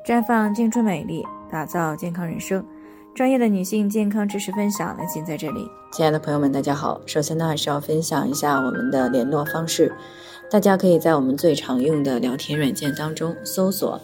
绽放青春美丽，打造健康人生。专业的女性健康知识分享呢，尽在这里。 亲爱的朋友们，大家好。首先呢，还是要分享一下我们的联络方式。大家可以在我们最常用的聊天软件当中搜索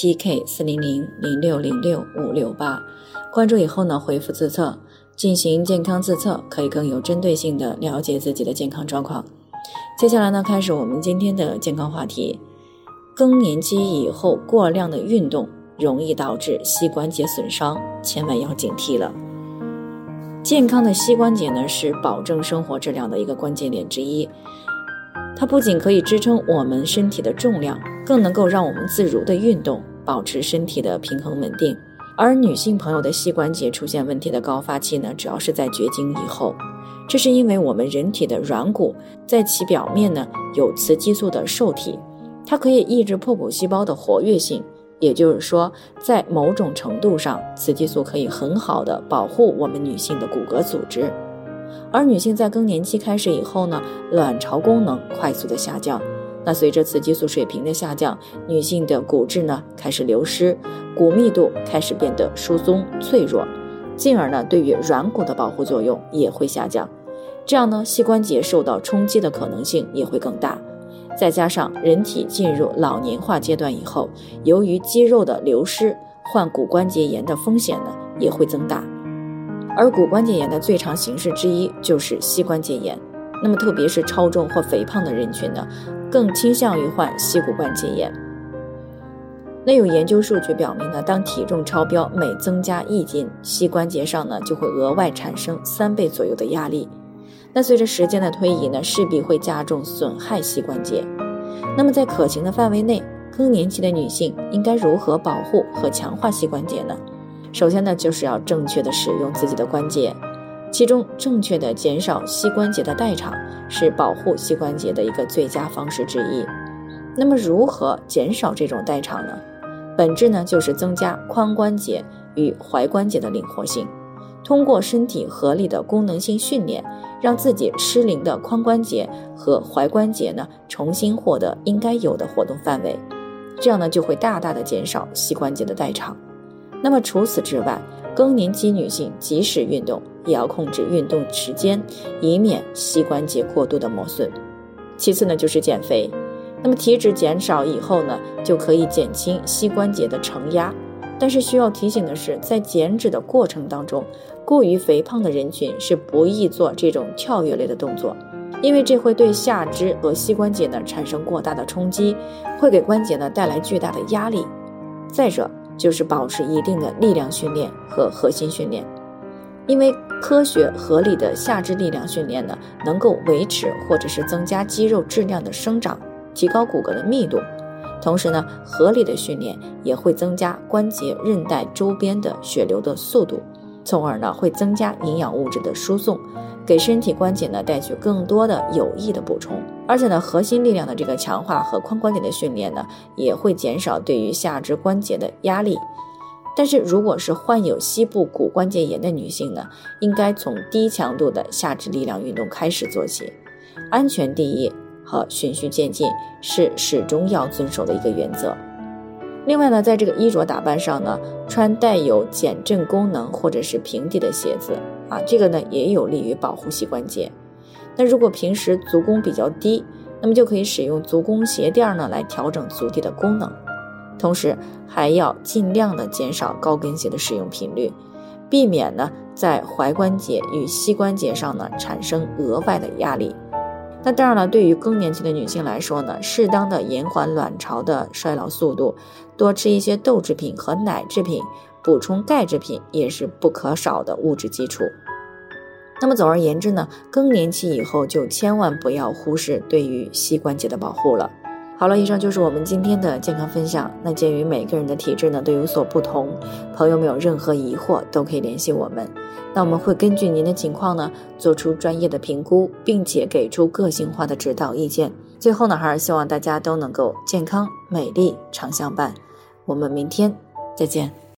PK40006065568，关注以后呢，回复自测，进行健康自测，可以更有针对性的了解自己的健康状况。接下来呢，开始我们今天的健康话题。更年期以后过量的运动容易导致膝关节损伤，千万要警惕了。健康的膝关节呢，是保证生活质量的一个关键点之一。它不仅可以支撑我们身体的重量，更能够让我们自如的运动，保持身体的平衡稳定。而女性朋友的膝关节出现问题的高发期呢，主要是在绝经以后。这是因为我们人体的软骨在其表面呢有雌激素的受体，它可以抑制破骨细胞的活跃性，也就是说，在某种程度上，雌激素可以很好的保护我们女性的骨骼组织。而女性在更年期开始以后呢，卵巢功能快速的下降，那随着雌激素水平的下降，女性的骨质呢开始流失，骨密度开始变得疏松脆弱，进而呢对于软骨的保护作用也会下降，这样呢膝关节受到冲击的可能性也会更大。再加上人体进入老年化阶段以后，由于肌肉的流失，患骨关节炎的风险呢也会增大。而骨关节炎的最常形式之一就是膝关节炎，那么特别是超重或肥胖的人群呢，更倾向于患膝骨关节炎。那有研究数据表明呢，当体重超标，每增加1斤，膝关节上呢就会额外产生3倍左右的压力。那随着时间的推移呢，势必会加重损害膝关节。那么在可行的范围内，更年期的女性应该如何保护和强化膝关节呢？首先呢，就是要正确的使用自己的关节，其中正确的减少膝关节的代偿是保护膝关节的一个最佳方式之一。那么如何减少这种代偿呢？本质呢，就是增加髋关节与踝关节的灵活性，通过身体合理的功能性训练，让自己失灵的髋关节和踝关节呢重新获得应该有的活动范围，这样呢就会大大的减少膝关节的代偿。那么除此之外，更年期女性即使运动，也要控制运动时间，以免膝关节过度的磨损。其次呢，就是减肥。那么体脂减少以后呢，就可以减轻膝关节的承压。但是需要提醒的是，在减脂的过程当中，过于肥胖的人群是不宜做这种跳跃类的动作，因为这会对下肢和膝关节呢产生过大的冲击，会给关节呢带来巨大的压力。再者就是保持一定的力量训练和核心训练，因为科学合理的下肢力量训练呢，能够维持或者是增加肌肉质量的生长，提高骨骼的密度。同时呢，合理的训练也会增加关节韧带周边的血流的速度，从而呢会增加营养物质的输送，给身体关节呢带去更多的有益的补充。而且呢，核心力量的这个强化和髋关节的训练呢，也会减少对于下肢关节的压力。但是如果是患有膝部骨关节炎的女性呢，应该从低强度的下肢力量运动开始做起，安全第一和循序渐进是始终要遵守的一个原则。另外呢，在这个衣着打扮上呢，穿带有减震功能或者是平底的鞋子这个呢也有利于保护膝关节。那如果平时足弓比较低，那么就可以使用足弓鞋垫呢来调整足底的功能。同时还要尽量的减少高跟鞋的使用频率，避免呢在踝关节与膝关节上呢产生额外的压力。那当然了，对于更年期的女性来说呢，适当的延缓卵巢的衰老速度，多吃一些豆制品和奶制品，补充钙制品也是不可少的物质基础。那么总而言之呢，更年期以后就千万不要忽视对于膝关节的保护了。好了，以上就是我们今天的健康分享。那鉴于每个人的体质呢都有所不同，朋友们有任何疑惑都可以联系我们，那我们会根据您的情况呢做出专业的评估，并且给出个性化的指导意见。最后呢，还是希望大家都能够健康美丽常相伴。我们明天再见。